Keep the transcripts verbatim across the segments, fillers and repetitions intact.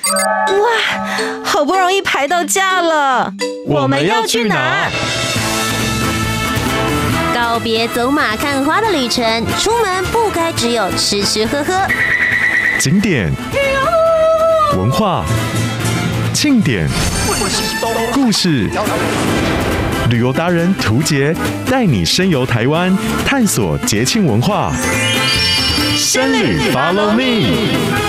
哇，好不容易排到假了， 我们要去哪？ 告别走马看花的旅程，出门不该只有吃吃喝喝。 景点、文化、庆典、故事，旅游达人涂杰带你深游台湾，探索节庆文化。深旅 Follow Me。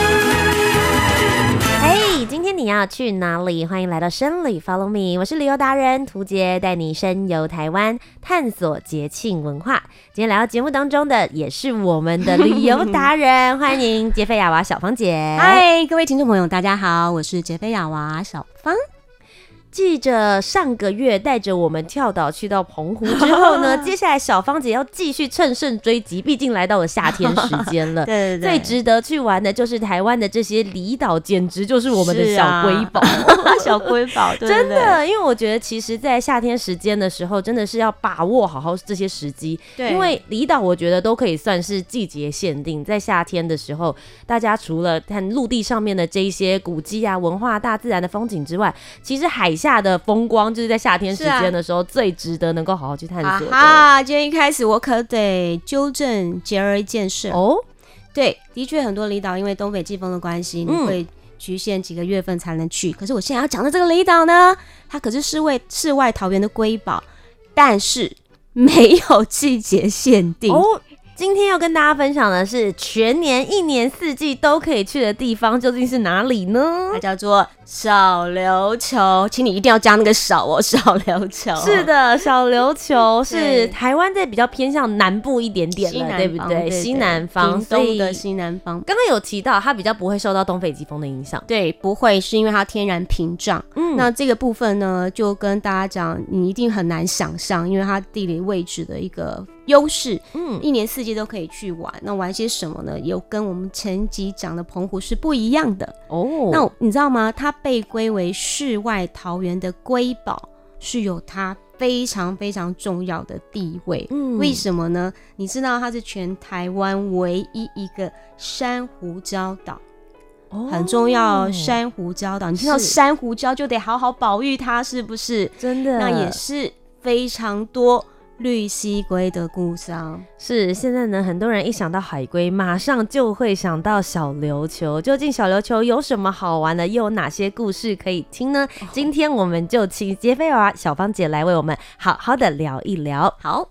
今天你要去哪里？欢迎来到深旅 Follow Me， 我是旅游达人涂杰，带你深游台湾，探索节庆文化。今天来到节目当中的也是我们的旅游达人，欢迎杰菲亚娃小芳姐。 嗨，各位听众朋友，大家好，我是杰菲亚娃小芳。 记着上个月带着我们跳岛去到澎湖之后呢，接下来小芳姐要继续乘胜追击，毕竟来到了夏天时间了。 对对对， 最值得去玩的就是台湾的这些离岛，简直就是我们的小瑰宝， 啊、小瑰宝，对对对， 真的。因为我觉得其实，在夏天时间的时候，真的是要把握好好这些时机。对，因为离岛我觉得都可以算是季节限定，在夏天的时候，大家除了看陆地上面的这一些古迹啊、文化、大自然的风景之外，其实海下的风光就是在夏天时间的时候、啊、最值得能够好好去探索的。 啊，今天一开始我可得纠正杰儿一件事哦。对，的确很多离岛因为东北季风的关系，你会局限几个月份才能去。嗯、可是我现在要讲的这个离岛呢，它可是世外世外桃源的瑰宝，但是没有季节限定哦。今天要跟大家分享的是全年一年四季都可以去的地方，究竟是哪里呢？ 它叫做小琉球，请你一定要加那个小哦，小琉球。 是的，小琉球是台湾在比较偏向南部一点点了，对不对？对对，西南方， 屏东的西南方。 刚刚有提到它比较不会受到东北季风的影响， 对，不会，是因为它天然屏障。嗯，那这个部分呢，就跟大家讲，你一定很难想象，因为它地理位置的一个优势，嗯，一年四季都可以去玩。那玩些什么呢？有跟我们前集讲的澎湖是不一样的哦。那你知道吗？它被归为世外桃源的瑰宝，是有它非常非常重要的地位。嗯，为什么呢？你知道它是全台湾唯一一个珊瑚礁岛。哦、很重要，珊瑚礁岛，你听到珊瑚礁就得好好保育它，是不是？ 真的， 那也是非常多绿蜥龟的故乡。 是，现在呢，很多人一想到海龟，马上就会想到小琉球。究竟小琉球有什么好玩的，又有哪些故事可以听呢？哦、今天我们就请杰菲娃小芳姐来为我们好好的聊一聊。 好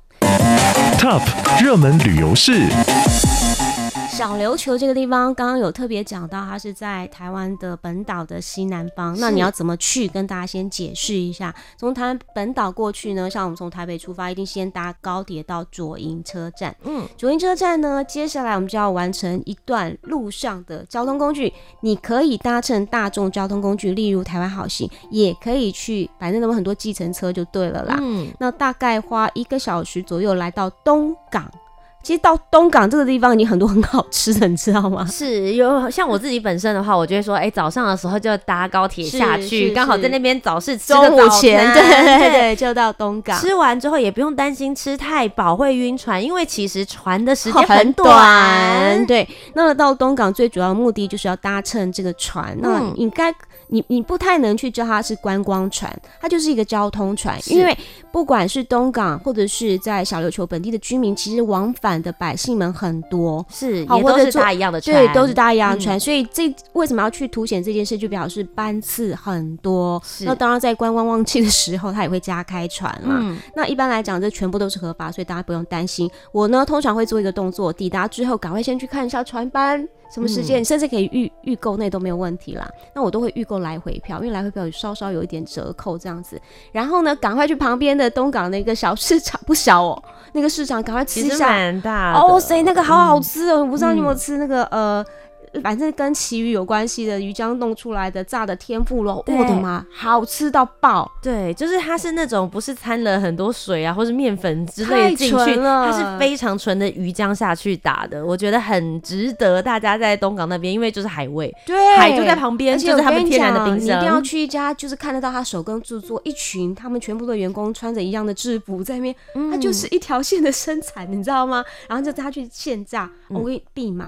，Top 热门旅游市。 小琉球这个地方，刚刚有特别讲到，它是在台湾的本岛的西南方。那你要怎么去？跟大家先解释一下。从台湾本岛过去呢，像我们从台北出发，一定先搭高铁到左营车站。嗯，左营车站呢，接下来我们就要完成一段路上的交通工具。你可以搭乘大众交通工具，例如台湾好行，也可以去，反正有很多计程车就对了啦。嗯，那大概花一个小时左右来到东港。其实到东港这个地方已经很多很好吃的，你知道吗？ 是，有像我自己本身的话，我就会说，哎、欸，早上的时候就搭高铁下去，刚好在那边早市吃个早餐， 前对对对，就到东港。 吃完之后也不用担心吃太饱会晕船，因为其实船的时间很短。 短对，那到东港最主要的目的就是要搭乘这个船。嗯、那你该你你不太能去叫它是观光船，它就是一个交通船，因为不管是东港或者是在小琉球本地的居民，其实往返的百姓们很多， 是也都是搭一样的船， 对，都是搭一样的船、嗯、所以这为什么要去凸显这件事，就表示班次很多。那当然在观光旺季的时候它也会加开船嘛、嗯、那一般来讲这全部都是合法，所以大家不用担心。我呢通常会做一个动作，抵达之后赶快先去看一下船班什么时间、嗯、甚至可以预预购那都没有问题啦。那我都会预购来回票，因为来回票有稍稍有一点折扣这样子。然后呢赶快去旁边的东港的一个小市场，不小哦，那个市场赶快吃一下， 其实蛮大的哦，塞，那个好好吃哦、嗯、我不知道你有没有吃那个、嗯、呃反正跟旗鱼有关系的鱼浆弄出来的炸的天妇罗，我的妈，好吃到爆！ 对，就是它是那种不是掺了很多水啊或是面粉之类进去，它是非常纯的鱼浆下去打的，我觉得很值得大家在东港那边，因为就是海味， 对， 海就在旁边，就是他们天然的冰箱。 你一定要去一家，就是看得到他手工制作，一群他们全部的员工穿着一样的制服在那边，它、嗯、就是一条线的生产，你知道吗？然后就他去现炸，我会必买。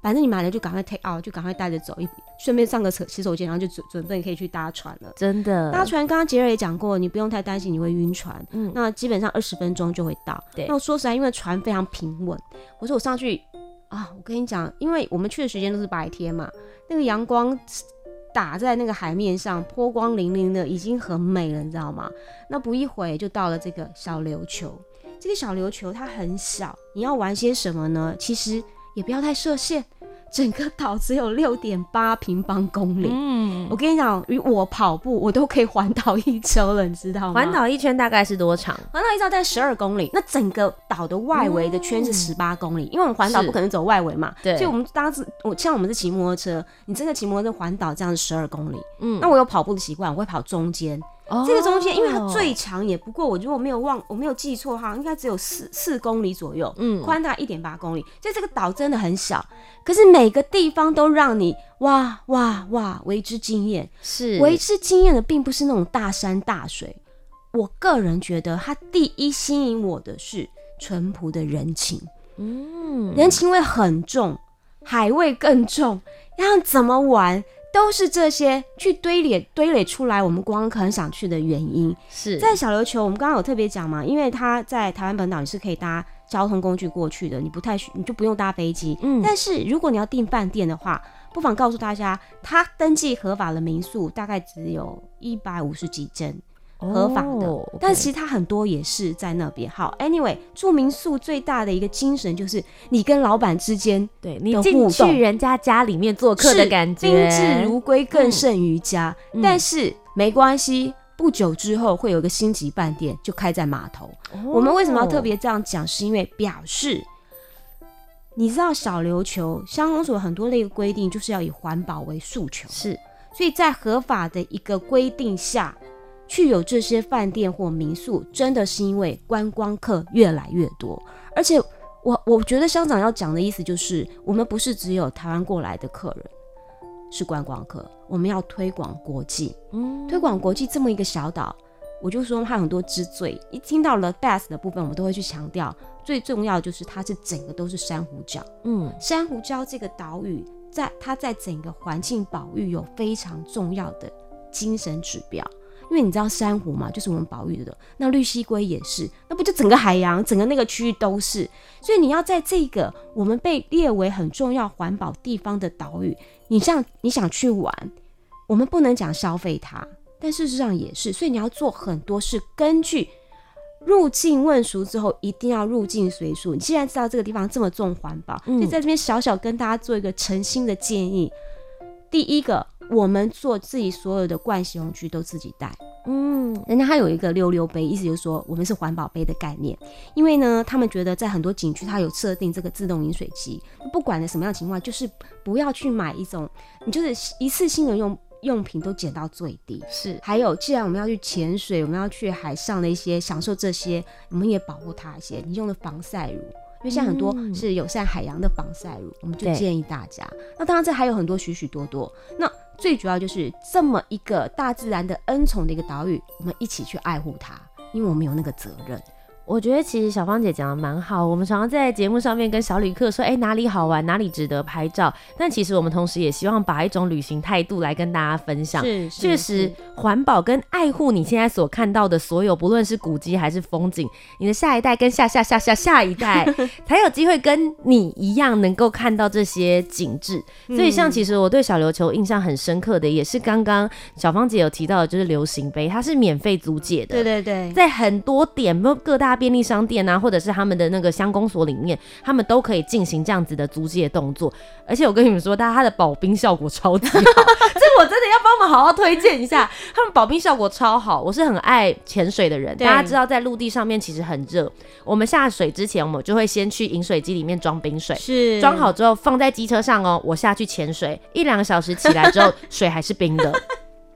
反正你买了就赶快 take out， 就赶快带着走，顺便上个洗手间，然后就准准备可以去搭船了。 真的， 搭船刚刚杰瑞也讲过，你不用太担心你会晕船，嗯，那基本上二十分钟就会到。对，那我说实在，因为船非常平稳，我说我上去啊，我跟你讲，因为我们去的时间都是白天嘛，那个阳光打在那个海面上，波光粼粼的，已经很美了，你知道吗？那不一会就到了这个小琉球。这个小琉球它很小，你要玩些什么呢？其实也不要太设限，整个岛只有 六点八平方公里。嗯，我跟你讲，我跑步我都可以环岛一周了，你知道吗？ 环岛一圈大概是多长？ 环岛一周大概十二公里，那整个岛的外围的圈是十八公里，因为我们环岛不可能走外围嘛，对，所以我们当时我像我们是骑摩托车，你真的骑摩托车环岛这样是十二公里。嗯，那我有跑步的习惯，我会跑中间。哦、这个中间，因为它最长也不过，我如果没有忘，我没有记错哈，应该只有四四公里左右，嗯，宽大概一点八公里，所以这个岛真的很小，可是每个地方都让你哇哇哇为之惊艳。是为之惊艳的，并不是那种大山大水，我个人觉得它第一吸引我的是淳朴的人情，嗯，人情味很重，海味更重，要怎么玩？都是这些去堆垒堆垒出来，我们观光客很想去的原因。是在小琉球，我们刚刚有特别讲嘛，因为它在台湾本岛你是可以搭交通工具过去的，你不太你就不用搭飞机。嗯，但是如果你要订饭店的话，不妨告诉大家，它登记合法的民宿大概只有一百五十几间。合法的，哦 okay、但其实它很多也是在那边。好 ，anyway， 住民宿最大的一个精神就是你跟老板之间的互动，对你进去人家家里面做客的感觉， 宾至如归更胜于家。嗯、但是没关系，不久之后会有一个星级饭店就开在码头。哦、我们为什么要特别这样讲？是因为表示。你知道小琉球乡公所很多类规定就是要以环保为诉求，是，所以在合法的一个规定下。去有这些饭店或民宿，真的是因为观光客越来越多，而且我我觉得乡长要讲的意思就是，我们不是只有台湾过来的客人是观光客，我们要推广国际，嗯，推广国际这么一个小岛，我就说它有很多之最，一听到了 best 的部分，我们都会去强调，最重要的就是它是整个都是珊瑚礁，嗯，珊瑚礁这个岛屿，在它在整个环境保育有非常重要的精神指标。因为你知道珊瑚嘛，就是我们保育的，那绿蜥龟也是，那不就整个海洋整个那个区域都是，所以你要在这个我们被列为很重要环保地方的岛屿，你像你想去玩，我们不能讲消费它，但事实上也是，所以你要做很多是根据入境问俗之后，一定要入境随俗。你既然知道这个地方这么重环保，嗯、所以在这边小小跟大家做一个诚心的建议，第一个。我们做自己所有的盥洗用具都自己带，嗯，人家还有一个溜溜杯，意思就是说我们是环保杯的概念。因为呢，他们觉得在很多景区，它有设定这个自动饮水机，不管的什么样的情况，就是不要去买一种，你就是一次性的用用品都减到最低。是，还有，既然我们要去潜水，我们要去海上的一些享受这些，我们也保护它一些。你用的防晒乳。因为像很多是友善海洋的防晒乳，我们就建议大家。那当然，这还有很多许许多多。那最主要就是这么一个大自然的恩宠的一个岛屿，我们一起去爱护它，因为我们有那个责任。 我觉得其实小芳姐讲的蛮好，我们常常在节目上面跟小旅客说，哎，哪里好玩，哪里值得拍照。但其实我们同时也希望把一种旅行态度来跟大家分享。是，确实环保跟爱护你现在所看到的所有，不论是古迹还是风景，你的下一代跟下下下下下一代才有机会跟你一样能够看到这些景致。所以像其实我对小琉球印象很深刻的，也是刚刚小芳姐有提到的，就是流行杯，它是免费租借的。 对对对， 在很多点各大便利商店啊，或者是他们的那个乡公所里面，他们都可以进行这样子的租借动作。而且我跟你们说，它的保冰效果超级好，这我真的要帮忙好好推荐一下。他们保冰效果超好，我是很爱潜水的人。大家知道，在陆地上面其实很热，我们下水之前，我们就会先去饮水机里面装冰水，是装好之后放在机车上哦。我下去潜水一两个小时，起来之后水还是冰的。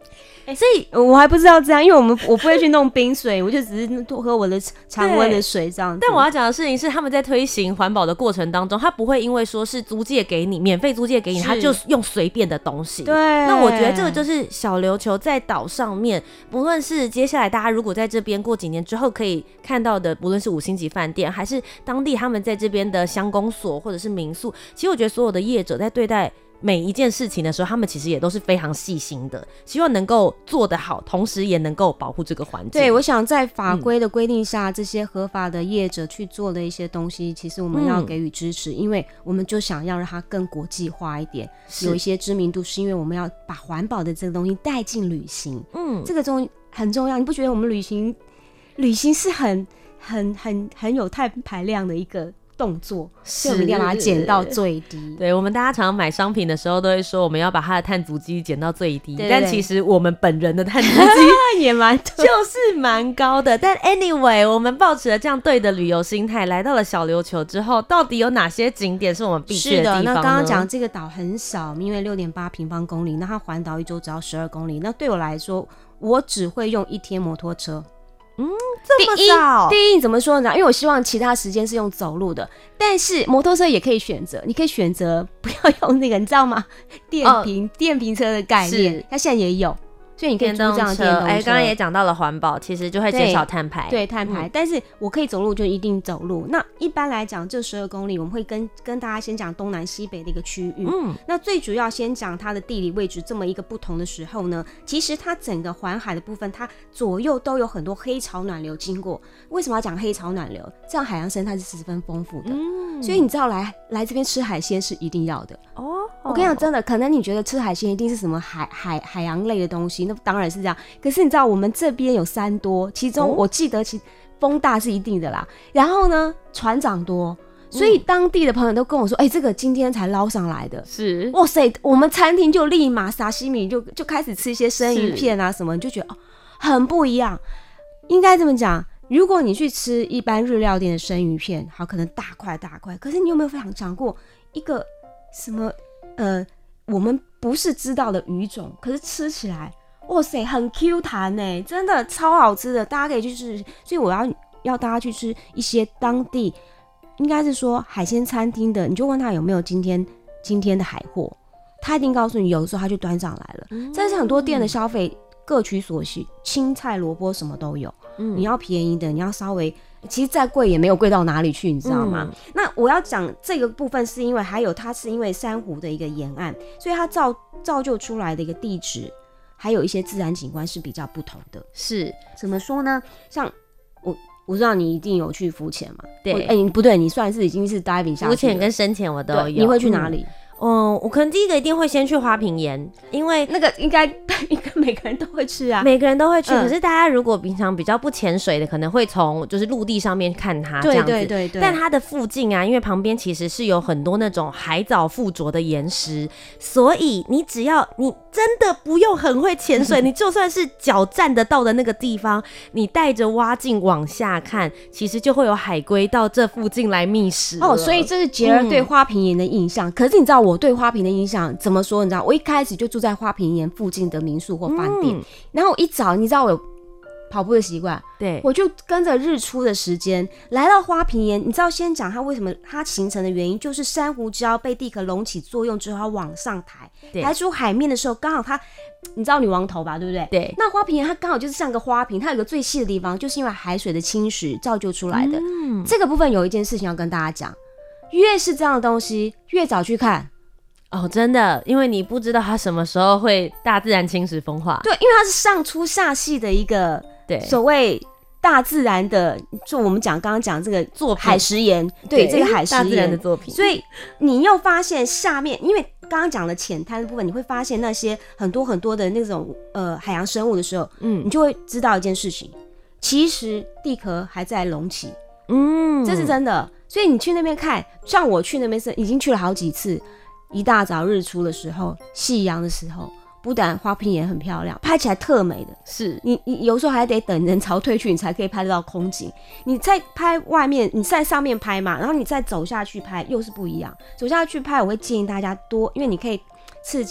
所以我还不知道这样，因为我们我不会去弄冰水，我就只是喝我的常温的水这样子。 但我要讲的事情是，他们在推行环保的过程当中，他不会因为说是租借给你，免费租借给你，他就用随便的东西。 对， 那我觉得这个就是小琉球在岛上面，不论是接下来大家如果在这边过几年之后可以看到的，不论是五星级饭店，还是当地他们在这边的乡公所或者是民宿，其实我觉得所有的业者在对待每一件事情的时候，他们其实也都是非常细心的，希望能够做得好，同时也能够保护这个环境。 对，我想在法规的规定下、嗯，这些合法的业者去做的一些东西，其实我们要给予支持、嗯，因为我们就想要让它更国际化一点，有一些知名度，是因为我们要把环保的这个东西带进旅行。嗯，这个重很重要，你不觉得我们旅行旅行是很很很很有碳排量的一个动作，所以我们一定要把它减到最低。 对，我们大家常常买商品的时候都会说我们要把它的碳足迹减到最低， 对对对， 但其实我们本人的碳足迹也蛮就是蛮高的。但 anyway， 我们抱持了这样对的旅游心态，来到了小琉球之后，到底有哪些景点是我们必去的地方呢？ 是的，那刚刚讲这个岛很小，因为 六点八平方公里，那它环岛一周只要十二公里，那对我来说，我只会用一天摩托车。 嗯，这么少。 第一，第一怎么说呢？因为我希望其他时间是用走路的，但是摩托车也可以选择，你可以选择不要用那个，你知道吗？电瓶、哦、电瓶车的概念，它现在也有。所以你可以租这样的电动车。 哎，刚刚也讲到了环保，其实就会减少碳排。 对，碳排、嗯。但是我可以走路，就一定走路。那一般来讲，这十二公里，我们会跟跟大家先讲东南西北的一个区域。嗯。那最主要先讲它的地理位置这么一个不同的时候呢，其实它整个环海的部分，它左右都有很多黑潮暖流经过。为什么要讲黑潮暖流？这样海洋生态是十分丰富的。嗯。所以你知道来来这边吃海鲜是一定要的。哦。我跟你讲，真的，可能你觉得吃海鲜一定是什么海海海洋类的东西，那当然是这样。可是你知道，我们这边有山多，其中我记得其风大是一定的啦。然后呢，船长多，所以当地的朋友都跟我说：“哎、欸，这个今天才捞上来的。” 是， 哇塞，我们餐厅就立马沙西米就就开始吃一些生鱼片啊什么，你就觉得哦，很不一样。应该这么讲，如果你去吃一般日料店的生鱼片，好，可能大块大块，可是你有没有想想过一个什么？呃，我们不是知道的鱼种，可是吃起来，哇塞，很 Q 弹欸，真的超好吃的，大家可以去试。所以我要要大家去吃一些当地，应该是说海鲜餐厅的，你就问他有没有今天今天的海货，他一定告诉你，有的时候他就端上来了。嗯、但是很多店的消费各取所需，青菜、萝卜什么都有。嗯、你要便宜的，你要稍微。其实再贵也没有贵到哪里去，你知道吗？嗯、那我要讲这个部分是因为还有它是因为珊瑚的一个沿岸，所以它造造就出来的一个地质，还有一些自然景观是比较不同的。 是怎么说呢？像我我知道你一定有去浮潜嘛？ 对， 哎、欸，不对，你算是已经是 diving 下去了。 浮潜跟深潜我都有。 你会去哪里？嗯嗯，我可能第一个一定会先去花瓶岩，因为那个应该应该每个人都会去啊， 每个人都会去。 嗯、 可是大家如果平常比较不潜水的，可能会从就是陆地上面看它这样子。 对对对对。 但它的附近啊，因为旁边其实是有很多那种海藻附着的岩石，所以你只要你真的不用很会潜水，你就算是脚站得到的那个地方，你带着蛙镜往下看，其实就会有海龟到这附近来觅食哦。 所以这是杰儿对花瓶岩的印象。嗯、可是你知道我对花瓶的印象怎么说？你知道，我一开始就住在花瓶岩附近的民宿或饭店，嗯、然后我一早，你知道我有跑步的习惯， 对， 我就跟着日出的时间来到花瓶岩。你知道，先讲它为什么它形成的原因，就是珊瑚礁被地壳隆起作用之后，它往上抬，抬出海面的时候，刚好它，你知道女王头吧，对不对？ 对。 那花瓶岩它刚好就是像个花瓶，它有个最细的地方，就是因为海水的侵蚀造就出来的。嗯，这个部分有一件事情要跟大家讲，越是这样的东西，越早去看。 哦，真的，因为你不知道它什么时候会大自然侵蚀风化。 对，因为它是上粗下细的一个，对，所谓大自然的，就我们讲刚刚讲这个作品海蚀岩，对，这个海蚀岩大自然的作品。 所以你又发现下面，因为刚刚讲的浅滩的部分，你会发现那些很多很多的那种呃海洋生物的时候，嗯，你就会知道一件事情，其实地壳还在隆起，嗯，这是真的。所以你去那边看，像我去那边是已经去了好几次。一大早日出的时候，夕阳的时候，不但花瓶岩很漂亮，拍起来特美的。 是你，你有时候还得等人潮退去，你才可以拍得到空景。你在拍外面，你在上面拍嘛，然后你再走下去拍，又是不一样。走下去拍，我会建议大家多，因为你可以赤脚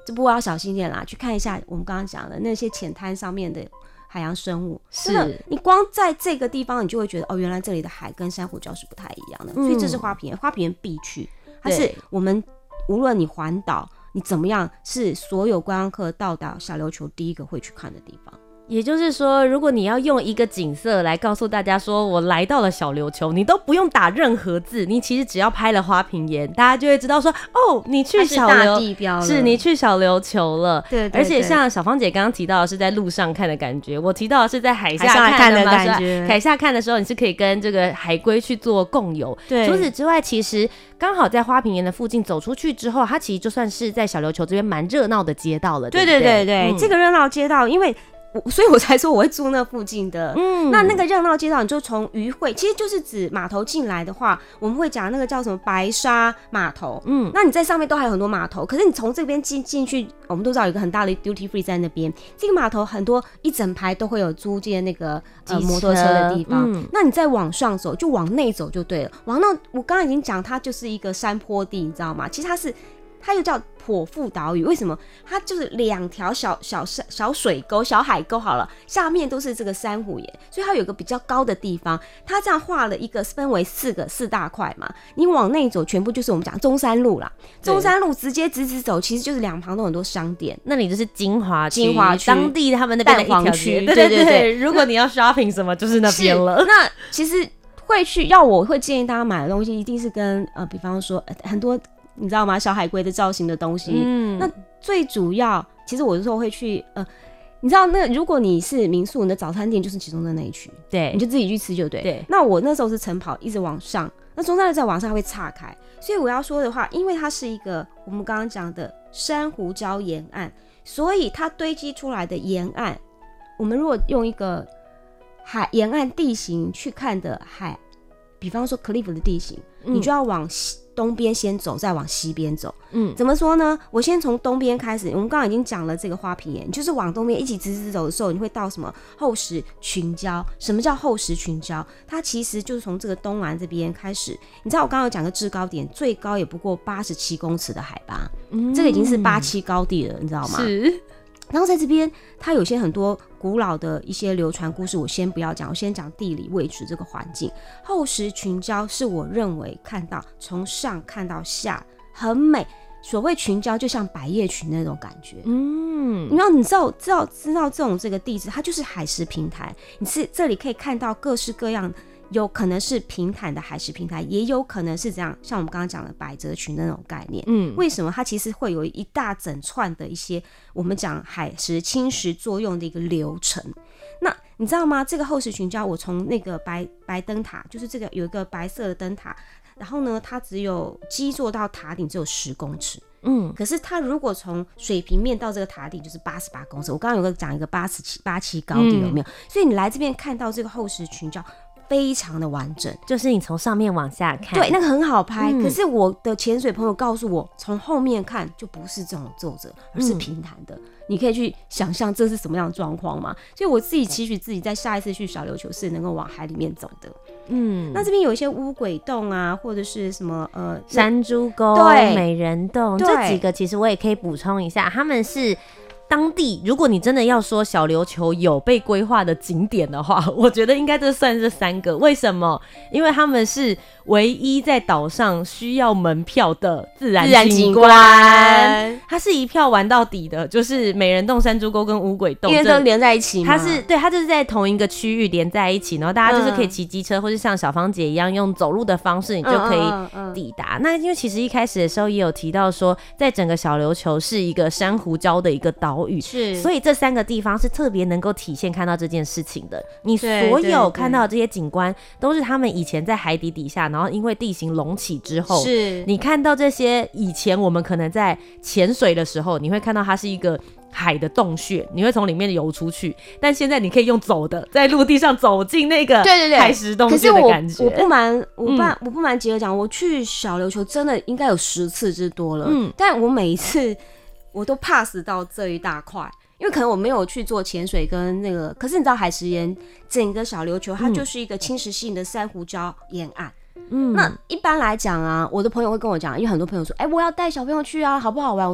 这不过要小心一点啦，去看一下我们刚刚讲的那些浅滩上面的海洋生物。 是你光在这个地方，你就会觉得哦，原来这里的海跟珊瑚礁是不太一样的。嗯、所以这是花瓶岩，花瓶岩必去，它是我们无论你环岛你怎么样，是所有观光客到达小琉球第一个会去看的地方。 也就是说，如果你要用一个景色来告诉大家说我来到了小琉球，你都不用打任何字，你其实只要拍了花瓶岩，大家就会知道说哦，你去小琉地标了， 是你去小琉球了。 对, 对, 对， 而且像小芳姐刚刚提到的是在路上看的感觉，我提到的是在海下看 的, 看的感觉。 海下看的时候，你是可以跟这个海龟去做共游。 对， 除此之外，其实刚好在花瓶岩的附近走出去之后，它其实就算是在小琉球这边蛮热闹的街道了。对对对 对, 对、嗯，这个热闹街道，因为我所以我才说我会住那附近的。嗯，那那个热闹街道，你就从渔会，其实就是指码头进来的话，我们会讲那个叫什么白沙码头。嗯，那你在上面都还有很多码头，可是你从这边进进去，我们都知道有一个很大的 duty free 在那边。这个码头很多一整排都会有租借那个呃摩托车的地方。嗯，那你再往上走，就往内走就对了。往那我刚刚已经讲，它就是一个山坡地，你知道吗？其实它是。它又叫剖腹岛屿，为什么？它就是两条小小小水沟、小海沟好了，下面都是这个珊瑚岩，所以它有一个比较高的地方。它这样画了一个分为四个四大块嘛，你往内走，全部就是我们讲中山路啦。中山路直接直直走，其实就是两旁都很多商店， 那里就是金华区， 金华区当地他们那边的一条区， 对对 对, 对。 如果你要 shopping 什么，就是那边了。 那其实会去，要我会建议大家买的东西，一定是跟呃，比方说、呃、很多。你知道吗？小海龟的造型的东西，嗯，那最主要，其实我有时候会去，呃，你知道，那如果你是民宿，你的早餐店就是其中的那一区， 对， 你就自己去吃就对。 对， 那我那时候是晨跑，一直往上，那中山路再往上它会岔开，所以我要说的话，因为它是一个我们刚刚讲的珊瑚礁沿岸，所以它堆积出来的沿岸，我们如果用一个海沿岸地形去看的海，比方说 cliff 的地形，嗯、你就要往西。东边先走，再往西边走。嗯，怎么说呢？我先从东边开始。我们刚刚已经讲了这个花瓶岩，就是往东边一起直直走的时候，你会到什么厚石群礁？什么叫厚石群礁？它其实就是从这个东南这边开始。你知道我刚刚有讲个制高点，最高也不过八十七公尺的海拔，嗯、这个已经是八七高地了，你知道吗？ 是。 然后在这边，它有些很多古老的一些流传故事，我先不要讲，我先讲地理位置这个环境。厚石群礁是我认为看到从上看到下很美，所谓群礁就像百叶群那种感觉。嗯，然后你知道知道知道这种这个地质，它就是海蚀平台，你是这里可以看到各式各样。有可能是平坦的海蚀平台，也有可能是这样，像我们刚刚讲的百褶裙的那种概念。嗯，为什么它其实会有一大整串的一些我们讲海蚀侵蚀作用的一个流程？那你知道吗？这个厚石群礁，我从那个白白灯塔，就是这个有一个白色的灯塔，然后呢，它只有基座到塔顶只有十公尺。嗯，可是它如果从水平面到这个塔顶就是八十八公尺。我刚刚有个讲一个八十七八七高地有没有？嗯、所以你来这边看到这个厚石群礁。非常的完整， 就是你从上面往下看， 对，那个很好拍。嗯、可是我的潜水朋友告诉我，从后面看就不是这种皱褶，而是平坦的。嗯、你可以去想象这是什么样的状况吗？所以我自己期许自己在下一次去小琉球是能够往海里面走的。嗯，那这边有一些乌鬼洞啊，或者是什么呃山猪沟、对美人洞这几个，其实我也可以补充一下，他们是。当地，如果你真的要说小琉球有被规划的景点的话，我觉得应该这算这三个。为什么？因为他们是唯一在岛上需要门票的自然景观，它是一票玩到底的，就是美人洞、山猪沟跟乌鬼洞， 因为都连在一起嘛。 它是对，它就是在同一个区域连在一起，然后大家就是可以骑机车，嗯、或是像小芳姐一样用走路的方式，你就可以抵达。嗯嗯嗯、那因为其实一开始的时候也有提到说，在整个小琉球是一个珊瑚礁的一个岛。 是， 所以这三个地方是特别能够体现看到这件事情的。你所有看到的这些景观，都是他们以前在海底底下，然后因为地形隆起之后， 是你看到这些以前我们可能在潜水的时候，你会看到它是一个海的洞穴，你会从里面游出去，但现在你可以用走的，在陆地上走进那个海蚀洞穴的感觉。 可是我我不瞒我不、嗯、我不瞒杰儿讲，我去小琉球真的应该有十次之多了，嗯，但我每一次。我都 pass 到这一大块，因为可能我没有去做潜水跟那个，可是你知道海蚀岩整个小琉球它就是一个侵蚀性的珊瑚礁沿岸。嗯，那一般来讲啊，我的朋友会跟我讲，因为很多朋友说，哎、欸，我要带小朋友去啊，好不好玩？我说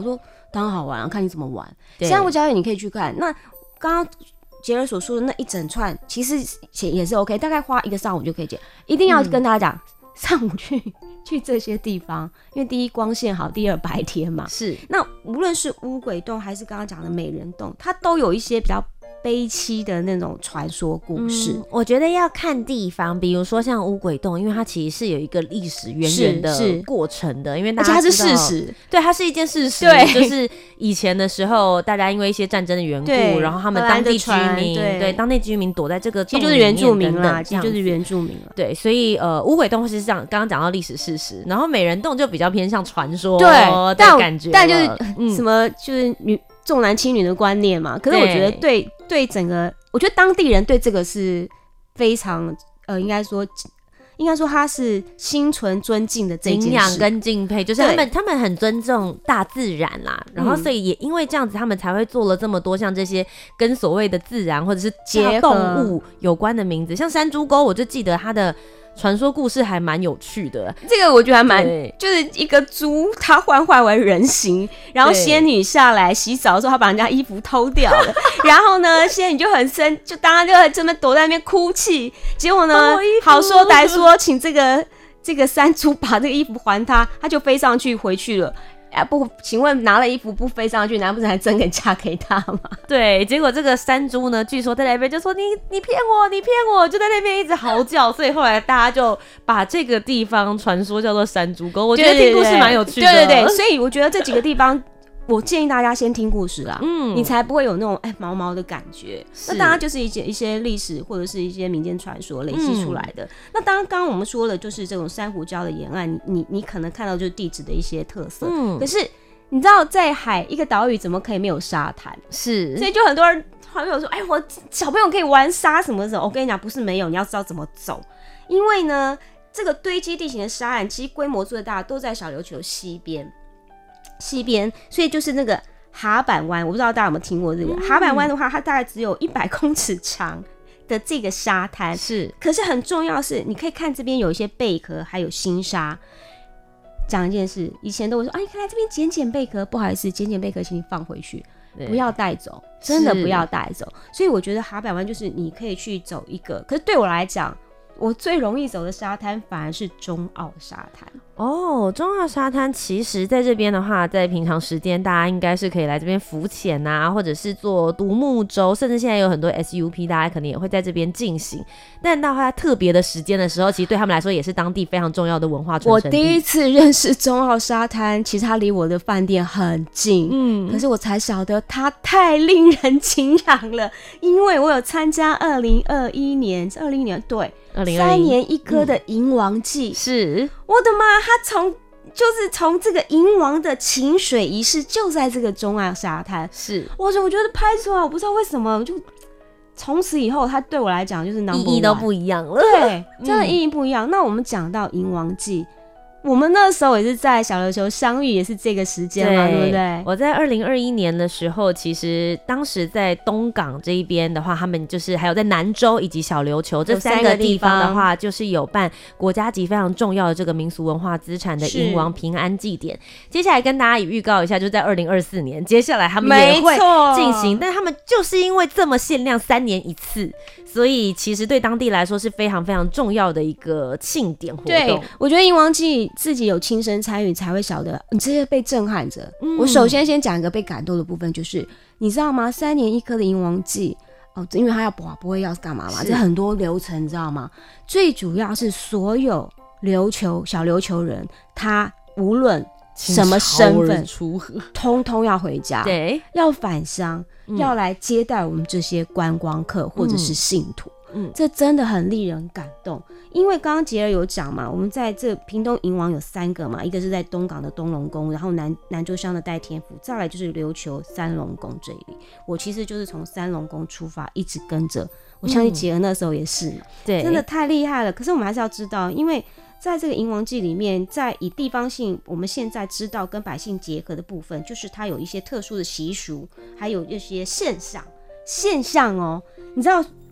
当然好玩啊，看你怎么玩。珊瑚礁也你可以去看。那刚刚杰儿所说的那一整串，其实也是 OK， 大概花一个上午就可以解。一定要跟大家讲，嗯、上午去去这些地方，因为第一光线好，第二白天嘛。 是。 那无论是乌鬼洞还是刚刚讲的美人洞，它都有一些比较悲凄的那种传说故事、 嗯、我觉得要看地方，比如说像乌鬼洞，因为它其实是有一个历史渊源的过程的，因为大家知道而且它是事实， 对，它是一件事实， 对， 就是以前的时候，大家因为一些战争的缘故，然后他们当地居民，对，对当地居民躲在这个洞里面， 其实就是原住民啦，其实就是原住民了， 对，所以呃，乌鬼洞是这样，刚刚讲到历史事实，然后美人洞就比较偏向传说对的感觉， 但就是、嗯、什么就是女重男轻女的观念嘛，可是我觉得对 对, 对整个。我觉得当地人对这个是非常呃，应该说，应该说他是心存尊敬的这件事， 敬仰跟敬佩，就是他们他们很尊重大自然啦，然后所以也因为这样子，他们才会做了这么多像这些跟所谓的自然或者是结动物有关的名字，像山猪沟，我就记得它的传说故事还蛮有趣的， 这个我觉得还蛮，就是一个猪它幻化为人形，然后仙女下来洗澡的时候，她把人家衣服偷掉了，然后呢，仙女就很生，就大家就这么躲在那边哭泣，结果呢，好说歹说，请这个这个山猪把这个衣服还他，他就飞上去回去了。啊不，请问拿了衣服不飞上去，难不成还真给嫁给他吗？ 对，结果这个山猪呢，据说在那边就说你你骗我，你骗我，就在那边一直嚎叫，所以后来大家就把这个地方传说叫做山猪沟。我觉得听故事蛮有趣的， 对对对，所以我觉得这几个地方。我建议大家先听故事啦，嗯，你才不会有那种哎毛毛的感觉。那当然就是一些一些历史或者是一些民间传说累积出来的。嗯、那当然，刚刚我们说的就是这种珊瑚礁的沿岸，你你你可能看到就是地质的一些特色。嗯，可是你知道在海一个岛屿怎么可以没有沙滩？ 是， 所以就很多人朋友说，哎，我小朋友可以玩沙什么的。我跟你讲，不是没有，你要知道怎么走，因为呢，这个堆积地形的沙岸其实规模最大都在小琉球西边。西边，所以就是那个哈板湾，我不知道大家有没有听过这个、嗯、哈板湾的话，它大概只有一百公尺长的这个沙滩， 是， 可是很重要的是，你可以看这边有一些贝壳，还有新沙。讲一件事，以前都会说，啊，你可以来这边捡捡贝壳，不好意思，捡捡贝壳，请你放回去，不要带走，真的不要带走。所以我觉得哈板湾就是你可以去走一个，可是对我来讲，我最容易走的沙滩反而是中澳沙滩。 哦，中澳沙滩其实在这边的话，在平常时间大家应该是可以来这边浮潜啊，或者是坐独木舟，甚至现在有很多 S U P， 大家可能也会在这边进行。但到它特别的时间的时候，其实对他们来说也是当地非常重要的文化传承地。 我第一次认识中澳沙滩，其实它离我的饭店很近，嗯，可是我才晓得它太令人敬仰了，因为我有参加二零二一年，二零年对。三年一颗的迎王祭、嗯、 是我的妈，他从就是从这个迎王的请水仪式就在这个中澳沙滩， 是我我觉得拍出来我不知道为什么就从此以后它对我来讲就是 number one， 意义都不一样了， 对，真的意义不一样、嗯、那我们讲到迎王祭，我们那时候也是在小琉球相遇，也是这个时间嘛， 对, 对不对？ 我在二零二一年的时候，其实当时在东港这一边的话，他们就是还有在南州以及小琉球这三个地方的话，就是有办国家级非常重要的这个民俗文化资产的迎王平安祭典。接下来跟大家也预告一下，就在二零二四年，接下来他们也会进行，但他们就是因为这么限量三年一次，所以其实对当地来说是非常非常重要的一个庆典活动。 对，我觉得迎王祭自己有亲身参与才会晓得，你这些被震撼着、嗯。我首先先讲一个被感动的部分，就是你知道吗？三年一颗的迎王祭哦，因为他要拔不会要干嘛嘛，这很多流程，你知道吗？最主要是所有琉球小琉球人，他无论什么身份，通通要回家， 对， 要返乡、嗯，要来接待我们这些观光客或者是信徒。嗯，这真的很令人感动，因为刚刚杰儿有讲嘛，我们在这屏东迎王有三个嘛，一个是在东港的东龙宫，然后南南州乡的代天府，再来就是琉球三龙宫这里。我其实就是从三龙宫出发，一直跟着，我相信杰儿那时候也是，对、嗯，真的太厉害了。可是我们还是要知道，因为在这个迎王祭里面，在以地方性，我们现在知道跟百姓结合的部分，就是它有一些特殊的习俗，还有一些现象现象哦，你知道。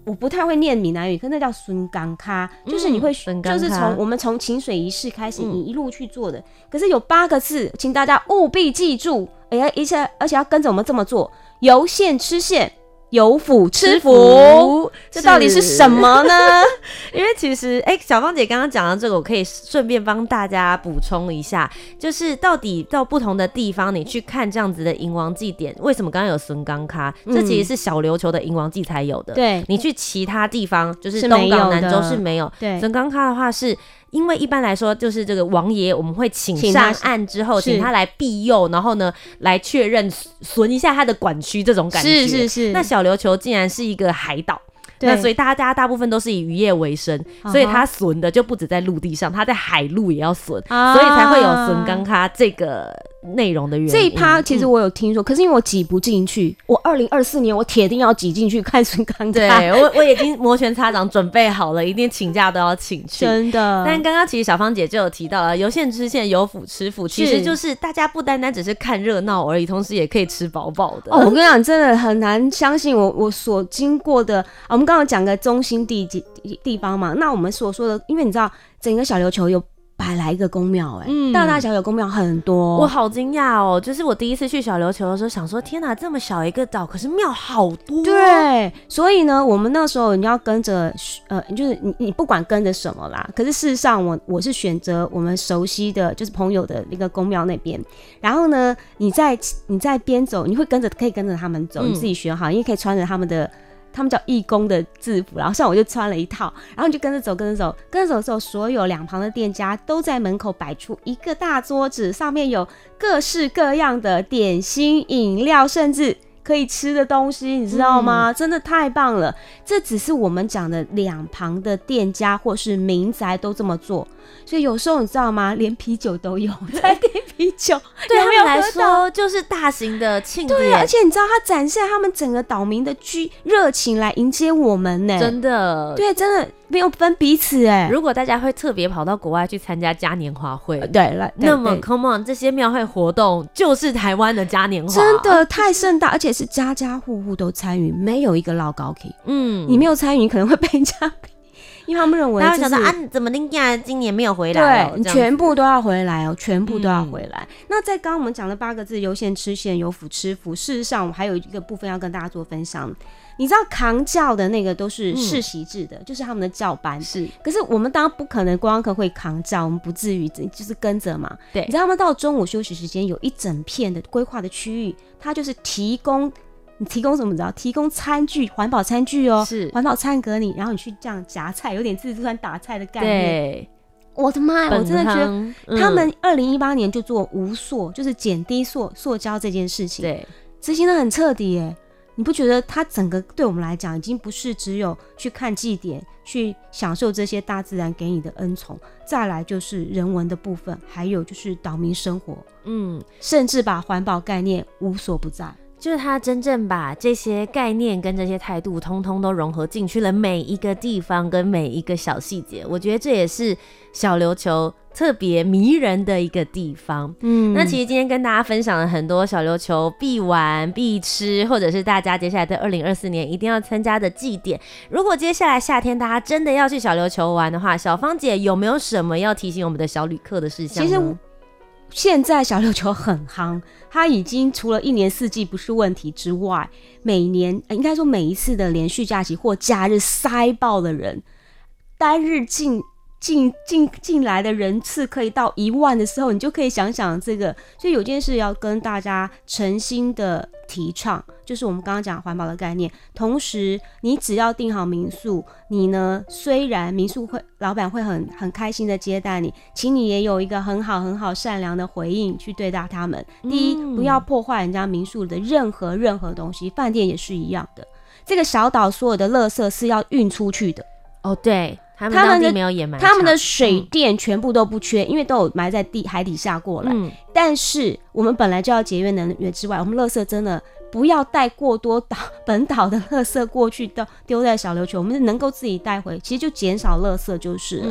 我不太会念闽南语，可那叫孙冈卡，就是你会、 嗯、 就是从我们从请水仪式开始，你一路去做的。嗯、可是有八个字，请大家务必记住，哎呀，而且而且要跟着我们这么做，由线吃线。有福吃福，这到底是什么呢？ 因为其实，哎、欸，小芳姐刚刚讲到这个，我可以顺便帮大家补充一下，就是到底到不同的地方，你去看这样子的迎王祭典，为什么刚刚有孙冈卡？这其实是小琉球的迎王祭才有的。对、嗯，你去其他地方，就是东港、南州是没有。对，孙冈卡的话是。因为一般来说，就是这个王爷，我们会请上岸之后，请他来庇佑，然后呢，来确认巡一下他的管区，这种感觉。是是是。那小琉球竟然是一个海岛。那所以大家大部分都是以渔业为生，所以他巡的就不止在陆地上，他在海陆也要巡，啊、所以才会有巡冈卡这个内容的原因。 这一趴其实我有听说，嗯、可是因为我挤不进去，我二零二四年我铁定要挤进去看巡冈卡。 对，我我已经摩拳擦掌准备好了，一定请假都要请去。 真的。 但刚刚其实小芳姐就有提到了，由线吃线，由府吃府，其实就是大家不单单只是看热闹而已，同时也可以吃饱饱的。 哦，我跟你讲，真的很难相信我我所经过的，啊、我们刚刚讲个中心地地方嘛，那我们所说的，因为你知道整个小琉球有百来个宫庙，哎，大大小小宫庙很多。 我好惊讶哦！就是我第一次去小琉球的时候，想说天哪，这么小一个岛，可是庙好多。 对，所以呢，我们那时候你要跟着，呃，就是你你不管跟着什么啦，可是事实上我我是选择我们熟悉的，就是朋友的那个宫庙那边。然后呢，你在你在边走，你会跟着可以跟着他们走，嗯、你自己选好，因为可以穿着他们的。他们叫义工的制服，然后像我就穿了一套，然后你就跟着走，跟着走，跟着走的时候，所有两旁的店家都在门口摆出一个大桌子，上面有各式各样的点心、饮料，甚至可以吃的东西，你知道吗？嗯、真的太棒了！这只是我们讲的两旁的店家或是民宅都这么做，所以有时候你知道吗？连啤酒都有，在点啤酒， 对他们来说就是大型的庆典。 对，而且你知道，他展现他们整个岛民的居热情来迎接我们呢， 真的， 对，真的没有分彼此哎。 如果大家会特别跑到国外去参加嘉年华会， 呃、对了， 那么 come on， 这些庙会活动就是台湾的嘉年华， 真的太盛大，而且是家家户户都参与，没有一个落高 K。嗯，你没有参与，你可能会被人家。因为他们认为， 他会想到啊，怎么林家今年没有回来、哦？ 对，你全部都要回来哦，全部都要回来。嗯、那在刚刚我们讲的八个字，由线吃线，由府吃府。事实上，我还有一个部分要跟大家做分享。你知道扛轿的那个都是世袭制的，嗯、就是他们的轿班是。可是我们当然不可能观光客会扛轿，我们不至于就是跟着嘛。对，你知道他们到中午休息时间有一整片的规划的区域，它就是提供。你提供什么？你知道？提供餐具，环保餐具哦，是环保餐给你，然后你去这样夹菜，有点自助餐打菜的概念。对，我的妈呀！我真的觉得、嗯、他们二零一八年就做无塑，就是减低塑塑胶这件事情，对，执行的很彻底耶。你不觉得它整个对我们来讲，已经不是只有去看祭典，去享受这些大自然给你的恩宠，再来就是人文的部分，还有就是岛民生活，嗯，甚至把环保概念无所不在。 就是他真正把这些概念跟这些态度通通都融合进去了每一个地方跟每一个小细节，我觉得这也是小琉球特别迷人的一个地方。嗯，那其实今天跟大家分享了很多小琉球必玩必吃，或者是大家接下来的二零二四年一定要参加的祭典。如果接下来夏天大家真的要去小琉球玩的话，小芳姐有没有什么要提醒我们的小旅客的事项呢？ 其实现在小琉球很夯，它已经除了一年四季不是问题之外，每年应该说每一次的连续假期或假日塞爆的人，单日进进进进来的人次可以到一万的时候，你就可以想想这个。所以有件事要跟大家诚心的提倡，就是我们刚刚讲环保的概念。同时，你只要订好民宿，你呢虽然民宿会老板会很很开心的接待你，请你也有一个很好很好善良的回应去对待他们。第一，不要破坏人家民宿的任何任何东西，饭店也是一样的。这个小岛所有的垃圾是要运出去的。 哦，对。他们当地没有掩埋场， 他们的水电全部都不缺，嗯、因为都有埋在地海底下过来。嗯、但是我们本来就要节约能源之外，我们垃圾真的不要带过多岛本岛的垃圾过去，丢在小琉球，我们能够自己带回，其实就减少垃圾就是了。嗯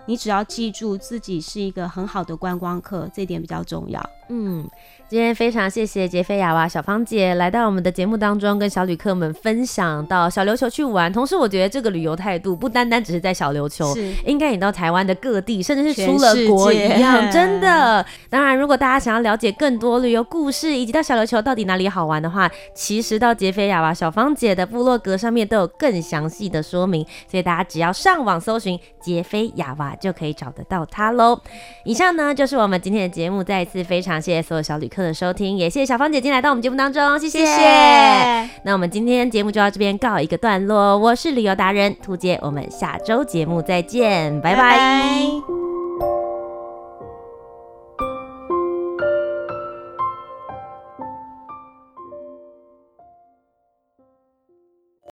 你只要记住自己是一个很好的观光客，这点比较重要。 嗯，今天非常谢谢杰菲亚娃小芳姐来到我们的节目当中，跟小旅客们分享到小琉球去玩。同时我觉得这个旅游态度不单单只是在小琉球，应该引到台湾的各地，甚至是出了国一样，真的。当然如果大家想要了解更多旅游故事以及到小琉球到底哪里好玩的话，其实到杰菲亚娃小芳姐的部落格上面都有更详细的说明，所以大家只要上网搜寻杰菲亚娃就可以找得到她咯。以上呢就是我们今天的节目，再一次非常谢谢所有小旅客的收听，也谢谢小芳姐今天来到我们节目当中，谢谢。谢谢。那我们今天节目就到这边告一个段落，我是旅游达人屠洁，我们下周节目再见，拜拜。拜拜。